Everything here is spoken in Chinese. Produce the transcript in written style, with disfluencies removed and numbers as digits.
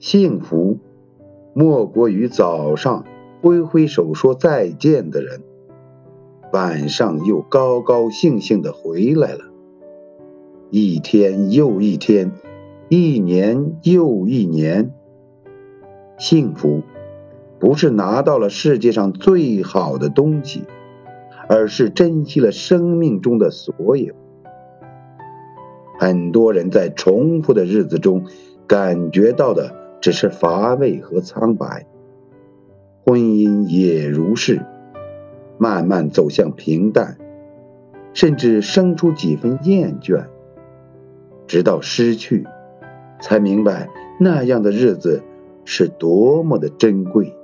幸福莫过于早上挥挥手说再见的人，晚上又高高兴兴地回来了。一天又一天，一年又一年。幸福不是拿到了世界上最好的东西，而是珍惜了生命中的所有。很多人在重复的日子中感觉到的只是乏味和苍白，婚姻也如是，慢慢走向平淡，甚至生出几分厌倦，直到失去，才明白那样的日子是多么的珍贵。